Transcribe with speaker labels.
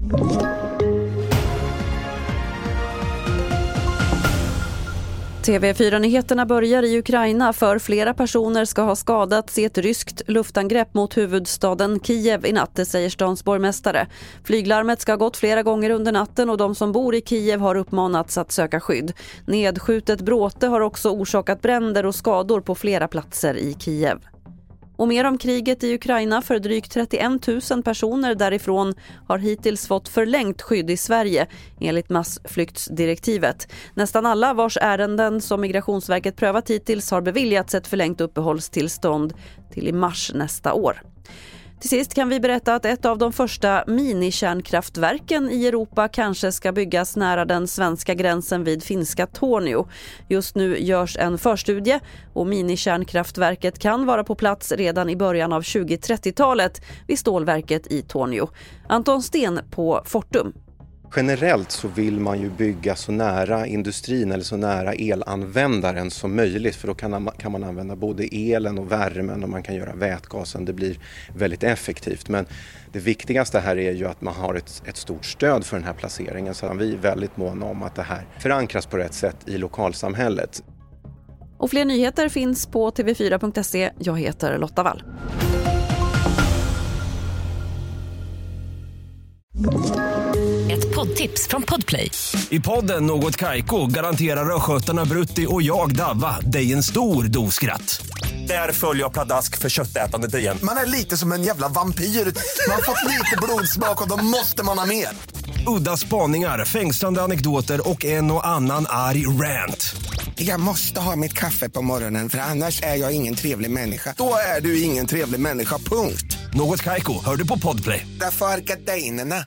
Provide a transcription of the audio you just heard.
Speaker 1: TV4-nyheterna börjar i Ukraina för flera personer ska ha skadats i ett ryskt luftangrepp mot huvudstaden Kiev i natt, det säger stans borgmästare. Flyglarmet ska ha gått flera gånger under natten och de som bor i Kiev har uppmanats att söka skydd. Nedskjutet bråte har också orsakat bränder och skador på flera platser i Kiev. Och mer om kriget i Ukraina, för drygt 31 000 personer därifrån har hittills fått förlängt skydd i Sverige enligt massflyktsdirektivet. Nästan alla vars ärenden som Migrationsverket prövat hittills har beviljats ett förlängt uppehållstillstånd till i mars nästa år. Till sist kan vi berätta att ett av de första minikärnkraftverken i Europa kanske ska byggas nära den svenska gränsen vid finska Torneå. Just nu görs en förstudie och minikärnkraftverket kan vara på plats redan i början av 2030-talet vid stålverket i Torneå. Anton Sten på Fortum.
Speaker 2: Generellt så vill man ju bygga så nära industrin eller så nära elanvändaren som möjligt, för då kan man använda både elen och värmen och man kan göra vätgasen. Det blir väldigt effektivt, men det viktigaste här är ju att man har ett stort stöd för den här placeringen, så vi är väldigt måna om att det här förankras på rätt sätt i lokalsamhället.
Speaker 1: Och fler nyheter finns på tv4.se. Jag heter Lotta Wall.
Speaker 3: Ett poddtips från Podplay.
Speaker 4: I podden Något Kaiko garanterar röskötarna Brutti och jag Davva dig en stor doskratt. Där följer jag pladask för köttätandet igen.
Speaker 5: Man är lite som en jävla vampyr. Man har fått lite blodsmak och då måste man ha mer.
Speaker 4: Udda spaningar, fängslande anekdoter och en och annan arg rant.
Speaker 5: Jag måste ha mitt kaffe på morgonen, för annars är jag ingen trevlig människa. Då är du ingen trevlig människa, punkt.
Speaker 4: Något Kaiko, hör du på Podplay.
Speaker 5: Därför är gardinerna.